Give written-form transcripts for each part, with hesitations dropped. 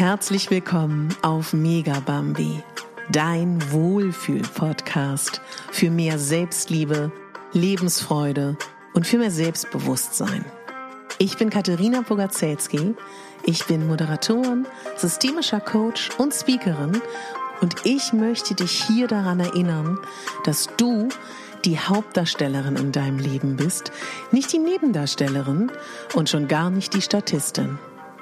Herzlich willkommen auf Megabambi, dein Wohlfühl-Podcast für mehr Selbstliebe, Lebensfreude und für mehr Selbstbewusstsein. Ich bin Katharina Bogaczewski, ich bin Moderatorin, systemischer Coach und Speakerin und ich möchte dich hier daran erinnern, dass du die Hauptdarstellerin in deinem Leben bist, nicht die Nebendarstellerin und schon gar nicht die Statistin.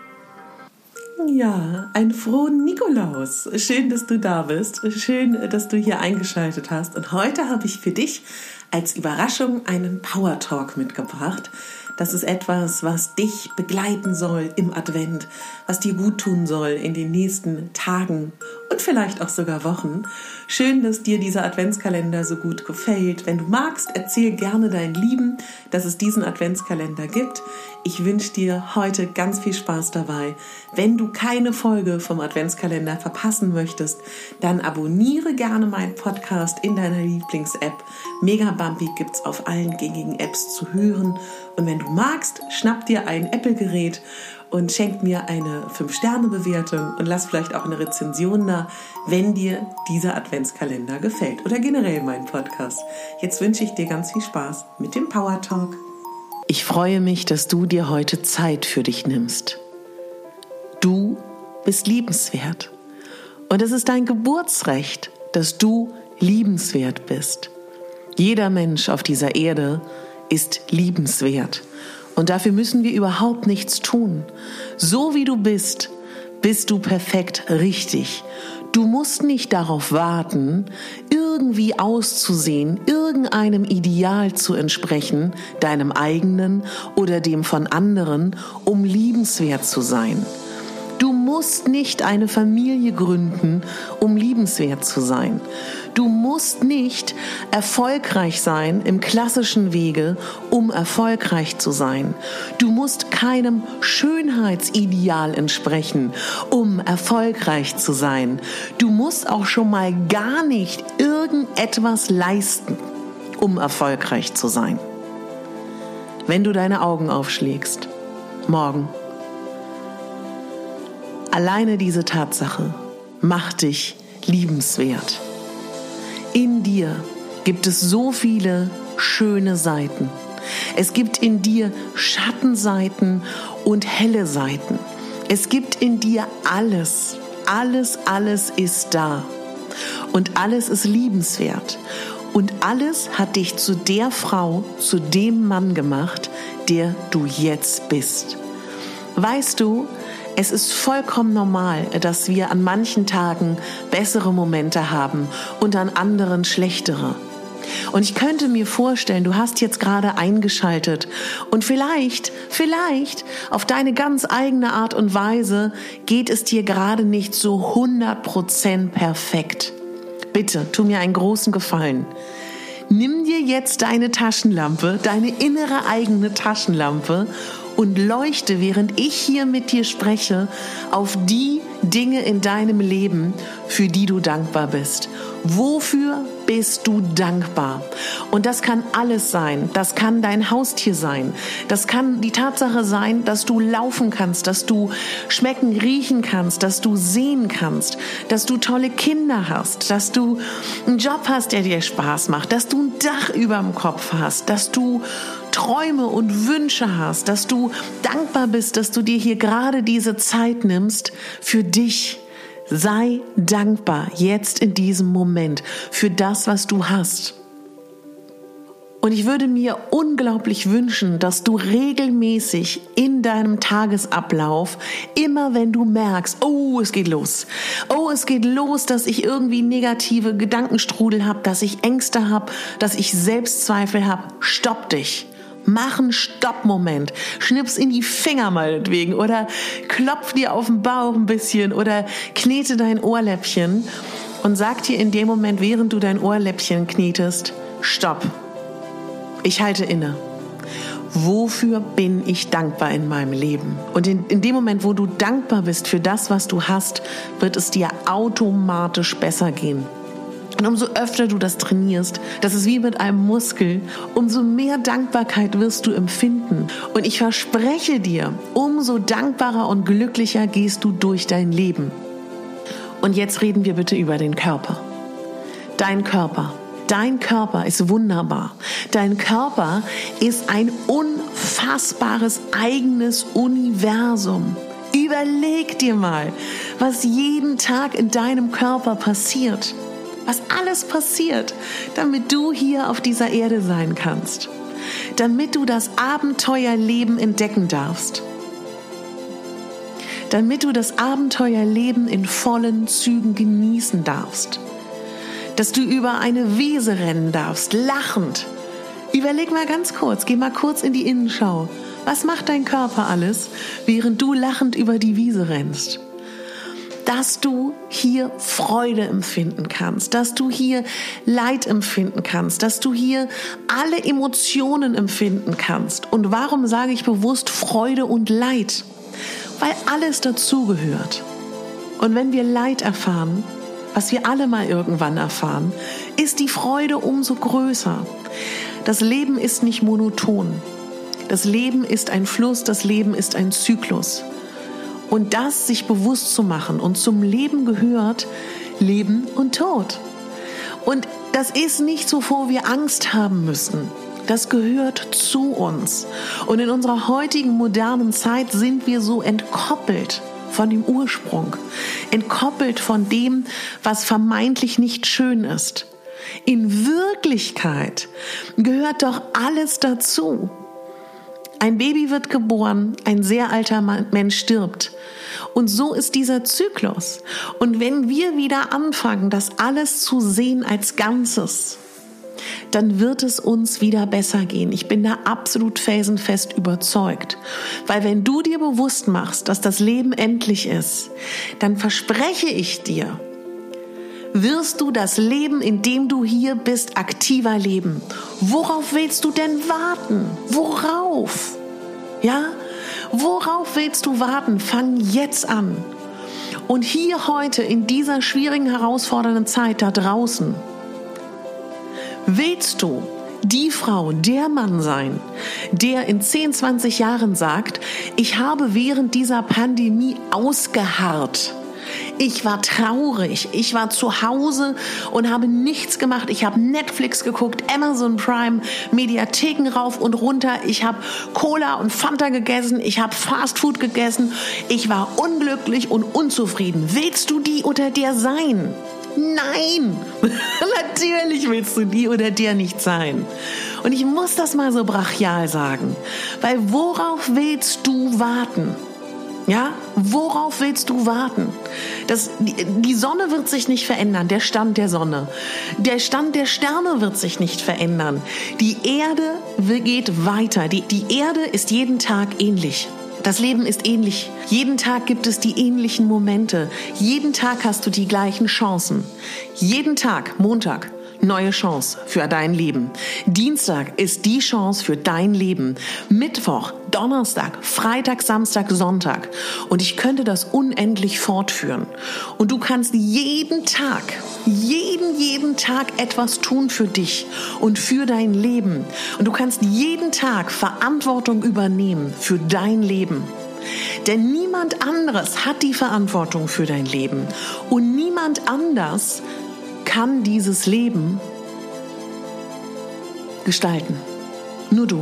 Ja, einen frohen Nikolaus. Schön, dass du da bist. Schön, dass du hier eingeschaltet hast. Und heute habe ich für dich als Überraschung einen Power Talk mitgebracht. Das ist etwas, was dich begleiten soll im Advent, was dir gut tun soll in den nächsten Tagen und vielleicht auch sogar Wochen. Schön, dass dir dieser Adventskalender so gut gefällt. Wenn du magst, erzähl gerne deinen Lieben, dass es diesen Adventskalender gibt. Ich wünsche dir heute ganz viel Spaß dabei. Wenn du keine Folge vom Adventskalender verpassen möchtest, dann abonniere gerne meinen Podcast in deiner Lieblings-App. Megabambi gibt's auf allen gängigen Apps zu hören. Und wenn du magst, schnapp dir ein Apple-Gerät und schenk mir eine 5-Sterne-Bewertung und lass vielleicht auch eine Rezension da, wenn dir dieser Adventskalender gefällt oder generell mein Podcast. Jetzt wünsche ich dir ganz viel Spaß mit dem Power Talk. Ich freue mich, dass du dir heute Zeit für dich nimmst. Du bist liebenswert und es ist dein Geburtsrecht, dass du liebenswert bist. Jeder Mensch auf dieser Erde ist liebenswert. Und dafür müssen wir überhaupt nichts tun. So wie du bist, bist du perfekt richtig. Du musst nicht darauf warten, irgendwie auszusehen, irgendeinem Ideal zu entsprechen, deinem eigenen oder dem von anderen, um liebenswert zu sein. Du musst nicht eine Familie gründen, um liebenswert zu sein. Du musst nicht erfolgreich sein im klassischen Wege, um erfolgreich zu sein. Du musst keinem Schönheitsideal entsprechen, um erfolgreich zu sein. Du musst auch schon mal gar nicht irgendetwas leisten, um erfolgreich zu sein. Wenn du deine Augen aufschlägst, morgen, alleine diese Tatsache macht dich liebenswert. In dir gibt es so viele schöne Seiten. Es gibt in dir Schattenseiten und helle Seiten. Es gibt in dir alles. Alles ist da. Und alles ist liebenswert. Und alles hat dich zu der Frau, zu dem Mann gemacht, der du jetzt bist. Weißt du, es ist vollkommen normal, dass wir an manchen Tagen bessere Momente haben und an anderen schlechtere. Und ich könnte mir vorstellen, du hast jetzt gerade eingeschaltet und vielleicht auf deine ganz eigene Art und Weise geht es dir gerade nicht so 100% perfekt. Bitte, tu mir einen großen Gefallen. Nimm dir jetzt deine Taschenlampe, deine innere eigene Taschenlampe und leuchte, während ich hier mit dir spreche, auf die Dinge in deinem Leben, für die du dankbar bist. Wofür bist du dankbar? Und das kann alles sein. Das kann dein Haustier sein. Das kann die Tatsache sein, dass du laufen kannst, dass du schmecken, riechen kannst, dass du sehen kannst, dass du tolle Kinder hast, dass du einen Job hast, der dir Spaß macht, dass du ein Dach überm Kopf hast, dass du Träume und Wünsche hast, dass du dankbar bist, dass du dir hier gerade diese Zeit nimmst für dich. Sei dankbar jetzt in diesem Moment für das, was du hast. Und ich würde mir unglaublich wünschen, dass du regelmäßig in deinem Tagesablauf, immer wenn du merkst, es geht los, dass ich irgendwie negative Gedankenstrudel habe, dass ich Ängste habe, dass ich Selbstzweifel habe, stopp dich. Mach einen Stoppmoment, schnips in die Finger meinetwegen oder klopf dir auf den Bauch ein bisschen oder knete dein Ohrläppchen und sag dir in dem Moment, während du dein Ohrläppchen knetest, stopp, ich halte inne. Wofür bin ich dankbar in meinem Leben? Und in dem Moment, wo du dankbar bist für das, was du hast, wird es dir automatisch besser gehen. Und umso öfter du das trainierst, das ist wie mit einem Muskel, umso mehr Dankbarkeit wirst du empfinden. Und ich verspreche dir, umso dankbarer und glücklicher gehst du durch dein Leben. Und jetzt reden wir bitte über den Körper. Dein Körper ist wunderbar. Dein Körper ist ein unfassbares eigenes Universum. Überleg dir mal, was jeden Tag in deinem Körper passiert. Was alles passiert, damit du hier auf dieser Erde sein kannst. Damit du das Abenteuerleben entdecken darfst. Damit du das Abenteuerleben in vollen Zügen genießen darfst. Dass du über eine Wiese rennen darfst, lachend. Überleg mal ganz kurz, geh mal kurz in die Innenschau. Was macht dein Körper alles, während du lachend über die Wiese rennst? Dass du hier Freude empfinden kannst, dass du hier Leid empfinden kannst, dass du hier alle Emotionen empfinden kannst. Und warum sage ich bewusst Freude und Leid? Weil alles dazugehört. Und wenn wir Leid erfahren, was wir alle mal irgendwann erfahren, ist die Freude umso größer. Das Leben ist nicht monoton. Das Leben ist ein Fluss, das Leben ist ein Zyklus. Und das sich bewusst zu machen und zum Leben gehört Leben und Tod. Und das ist nichts, wovor wir Angst haben müssen. Das gehört zu uns. Und in unserer heutigen modernen Zeit sind wir so entkoppelt von dem Ursprung, entkoppelt von dem, was vermeintlich nicht schön ist. In Wirklichkeit gehört doch alles dazu. Ein Baby wird geboren, ein sehr alter Mensch stirbt. Und so ist dieser Zyklus. Und wenn wir wieder anfangen, das alles zu sehen als Ganzes, dann wird es uns wieder besser gehen. Ich bin da absolut felsenfest überzeugt. Weil wenn du dir bewusst machst, dass das Leben endlich ist, dann verspreche ich dir, wirst du das Leben, in dem du hier bist, aktiver leben. Worauf willst du denn warten? Worauf? Ja? Worauf willst du warten? Fang jetzt an. Und hier heute, in dieser schwierigen, herausfordernden Zeit da draußen, willst du die Frau, der Mann sein, der in 10, 20 Jahren sagt, ich habe während dieser Pandemie ausgeharrt. Ich war traurig, ich war zu Hause und habe nichts gemacht. Ich habe Netflix geguckt, Amazon Prime, Mediatheken rauf und runter. Ich habe Cola und Fanta gegessen, ich habe Fastfood gegessen. Ich war unglücklich und unzufrieden. Willst du die oder der sein? Nein, natürlich willst du die oder der nicht sein. Und ich muss das mal so brachial sagen, weil worauf willst du warten? Ja, worauf willst du warten? Die Sonne wird sich nicht verändern, der Stand der Sonne. Der Stand der Sterne wird sich nicht verändern. Die Erde geht weiter. Die Erde ist jeden Tag ähnlich. Das Leben ist ähnlich. Jeden Tag gibt es die ähnlichen Momente. Jeden Tag hast du die gleichen Chancen. Jeden Tag, Montag, neue Chance für dein Leben. Dienstag ist die Chance für dein Leben. Mittwoch, Donnerstag, Freitag, Samstag, Sonntag. Und ich könnte das unendlich fortführen. Und du kannst jeden Tag etwas tun für dich und für dein Leben. Und du kannst jeden Tag Verantwortung übernehmen für dein Leben. Denn niemand anderes hat die Verantwortung für dein Leben. Und niemand anders kann dieses Leben gestalten. Nur du.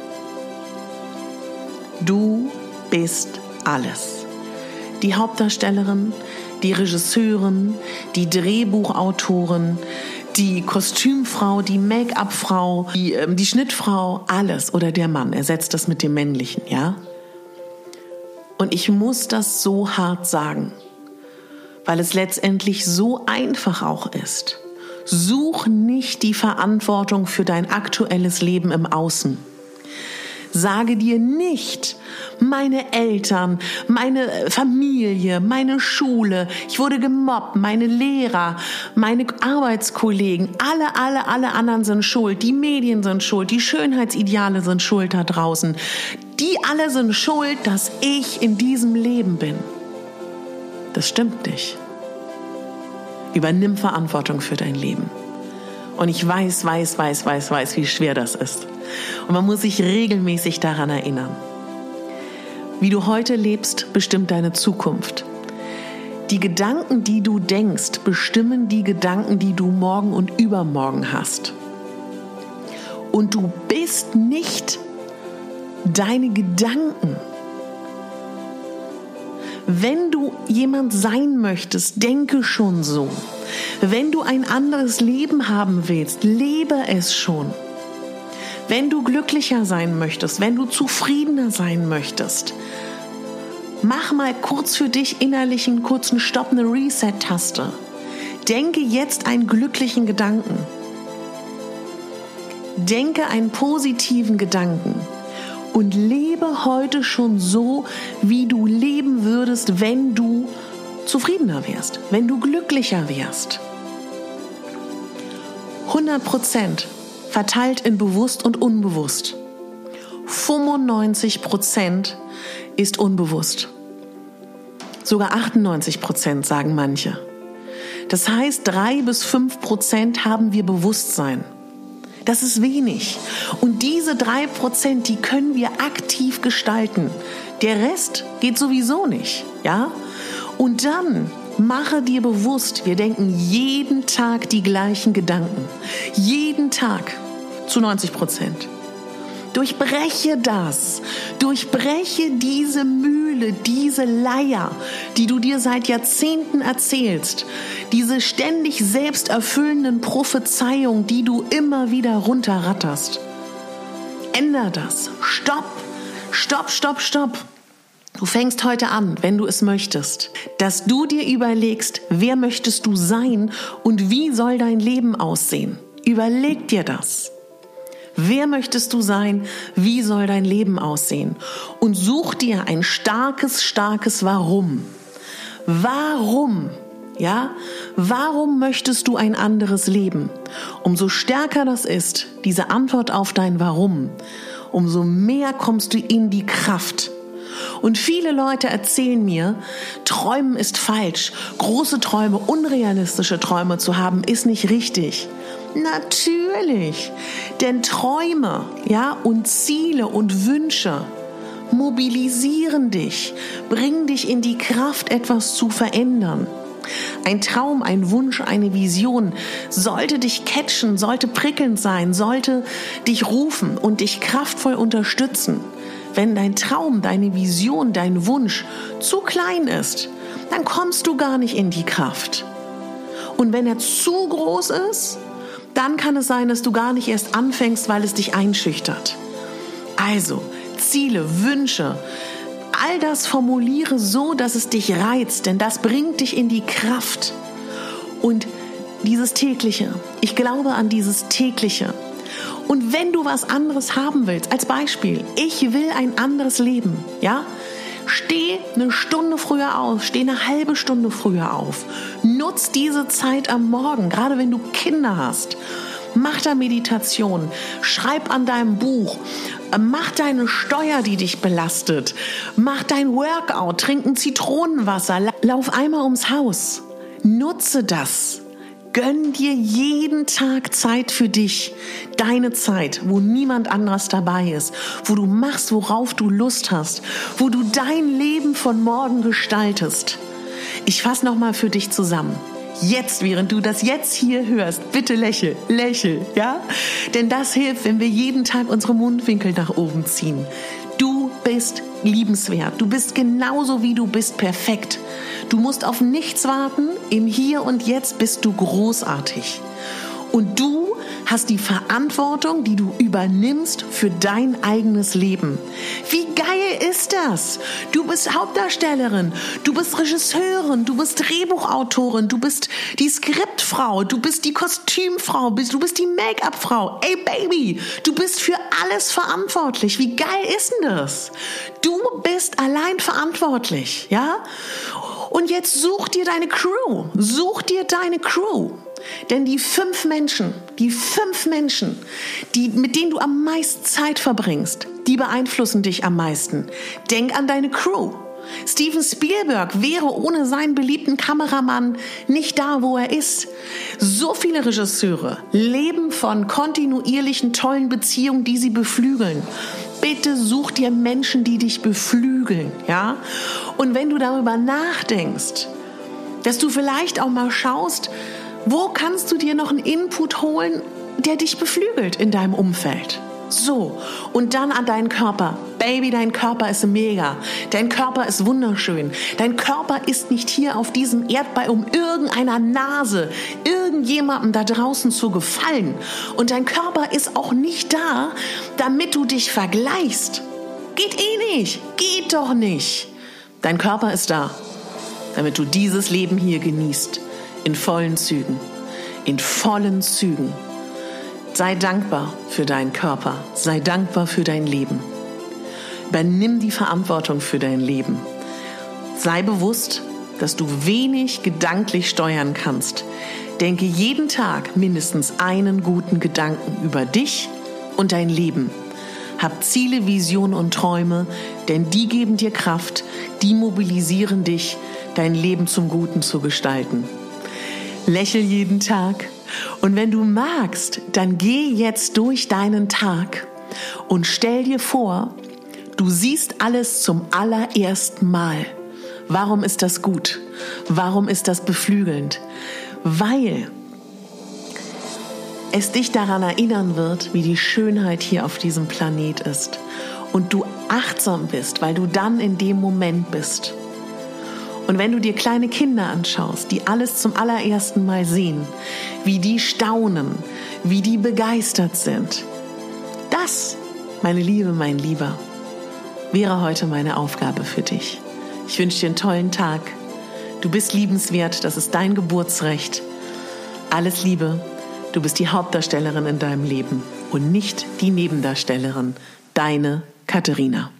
Du bist alles. Die Hauptdarstellerin, die Regisseurin, die Drehbuchautorin, die Kostümfrau, die Make-up-Frau, die Schnittfrau, alles. Oder der Mann, ersetzt das mit dem Männlichen, ja? Und ich muss das so hart sagen, weil es letztendlich so einfach auch ist. Such nicht die Verantwortung für dein aktuelles Leben im Außen. Sage dir nicht, meine Eltern, meine Familie, meine Schule, ich wurde gemobbt, meine Lehrer, meine Arbeitskollegen, alle anderen sind schuld, die Medien sind schuld, die Schönheitsideale sind schuld da draußen. Die alle sind schuld, dass ich in diesem Leben bin. Das stimmt nicht. Übernimm Verantwortung für dein Leben. Und ich weiß, wie schwer das ist. Und man muss sich regelmäßig daran erinnern. Wie du heute lebst, bestimmt deine Zukunft. Die Gedanken, die du denkst, bestimmen die Gedanken, die du morgen und übermorgen hast. Und du bist nicht deine Gedanken. Wenn du jemand sein möchtest, denke schon so. Wenn du ein anderes Leben haben willst, lebe es schon. Wenn du glücklicher sein möchtest, wenn du zufriedener sein möchtest, mach mal kurz für dich innerlich einen kurzen Stopp, eine Reset-Taste. Denke jetzt einen glücklichen Gedanken. Denke einen positiven Gedanken. Und lebe heute schon so, wie du leben würdest, wenn du zufriedener wärst, wenn du glücklicher wärst. 100% verteilt in bewusst und unbewusst. 95% ist unbewusst. Sogar 98% sagen manche. Das heißt, 3-5% haben wir Bewusstsein. Das ist wenig. Und diese 3%, die können wir aktiv gestalten. Der Rest geht sowieso nicht, ja? Und dann mache dir bewusst, wir denken jeden Tag die gleichen Gedanken. Jeden Tag zu 90%. Durchbreche das. Durchbreche diese Mühle, diese Leier, die du dir seit Jahrzehnten erzählst. Diese ständig selbsterfüllenden Prophezeiungen, die du immer wieder runterratterst. Änder das. Stopp. Stopp, stopp, stopp. Du fängst heute an, wenn du es möchtest, dass du dir überlegst, wer möchtest du sein und wie soll dein Leben aussehen. Überleg dir das. Wer möchtest du sein? Wie soll dein Leben aussehen? Und such dir ein starkes Warum. Warum? Ja? Warum möchtest du ein anderes Leben? Umso stärker das ist, diese Antwort auf dein Warum, umso mehr kommst du in die Kraft. Und viele Leute erzählen mir, Träumen ist falsch. Große Träume, unrealistische Träume zu haben, ist nicht richtig. Natürlich, denn Träume, ja, und Ziele und Wünsche mobilisieren dich, bringen dich in die Kraft, etwas zu verändern. Ein Traum, ein Wunsch, eine Vision sollte dich catchen, sollte prickelnd sein, sollte dich rufen und dich kraftvoll unterstützen. Wenn dein Traum, deine Vision, dein Wunsch zu klein ist, dann kommst du gar nicht in die Kraft. Und wenn er zu groß ist, dann kann es sein, dass du gar nicht erst anfängst, weil es dich einschüchtert. Also, Ziele, Wünsche, all das formuliere so, dass es dich reizt, denn das bringt dich in die Kraft. Und dieses Tägliche, ich glaube an dieses Tägliche. Und wenn du was anderes haben willst, als Beispiel, ich will ein anderes Leben, ja? Steh eine Stunde früher auf, steh eine halbe Stunde früher auf. Nutz diese Zeit am Morgen, gerade wenn du Kinder hast. Mach da Meditation, schreib an deinem Buch, mach deine Steuer, die dich belastet, mach dein Workout, trink ein Zitronenwasser, lauf einmal ums Haus. Nutze das. Gönn dir jeden Tag Zeit für dich, deine Zeit, wo niemand anderes dabei ist, wo du machst, worauf du Lust hast, wo du dein Leben von morgen gestaltest. Ich fasse nochmal für dich zusammen. Jetzt, während du das jetzt hier hörst, bitte lächel, ja? Denn das hilft, wenn wir jeden Tag unsere Mundwinkel nach oben ziehen. Du bist liebenswert. Du bist genauso, wie du bist, perfekt. Du musst auf nichts warten. Im Hier und Jetzt bist du großartig. Und du hast die Verantwortung, die du übernimmst für dein eigenes Leben. Wie geil ist das? Du bist Hauptdarstellerin, du bist Regisseurin, du bist Drehbuchautorin, du bist die Skriptfrau, du bist die Kostümfrau, du bist die Make-up-Frau. Ey Baby, du bist für alles verantwortlich. Wie geil ist denn das? Du bist allein verantwortlich, ja? Und jetzt such dir deine Crew. Denn die 5 Menschen, mit denen du am meisten Zeit verbringst, die beeinflussen dich am meisten. Denk an deine Crew. Steven Spielberg wäre ohne seinen beliebten Kameramann nicht da, wo er ist. So viele Regisseure leben von kontinuierlichen, tollen Beziehungen, die sie beflügeln. Bitte such dir Menschen, die dich beflügeln, ja? Und wenn du darüber nachdenkst, dass du vielleicht auch mal schaust, wo kannst du dir noch einen Input holen, der dich beflügelt in deinem Umfeld? So, und dann an deinen Körper. Baby, dein Körper ist mega. Dein Körper ist wunderschön. Dein Körper ist nicht hier auf diesem Erdball, um irgendeiner Nase, irgendjemandem da draußen zu gefallen. Und dein Körper ist auch nicht da, damit du dich vergleichst. Geht nicht. Geht doch nicht. Dein Körper ist da, damit du dieses Leben hier genießt. In vollen Zügen. In vollen Zügen. Sei dankbar für deinen Körper, sei dankbar für dein Leben. Übernimm die Verantwortung für dein Leben. Sei bewusst, dass du wenig gedanklich steuern kannst. Denke jeden Tag mindestens einen guten Gedanken über dich und dein Leben. Hab Ziele, Visionen und Träume, denn die geben dir Kraft, die mobilisieren dich, dein Leben zum Guten zu gestalten. Lächel jeden Tag. Und wenn du magst, dann geh jetzt durch deinen Tag und stell dir vor, du siehst alles zum allerersten Mal. Warum ist das gut? Warum ist das beflügelnd? Weil es dich daran erinnern wird, wie die Schönheit hier auf diesem Planet ist. Und du achtsam bist, weil du dann in dem Moment bist. Und wenn du dir kleine Kinder anschaust, die alles zum allerersten Mal sehen, wie die staunen, wie die begeistert sind, das, meine Liebe, mein Lieber, wäre heute meine Aufgabe für dich. Ich wünsche dir einen tollen Tag. Du bist liebenswert, das ist dein Geburtsrecht. Alles Liebe, du bist die Hauptdarstellerin in deinem Leben und nicht die Nebendarstellerin. Deine Katharina.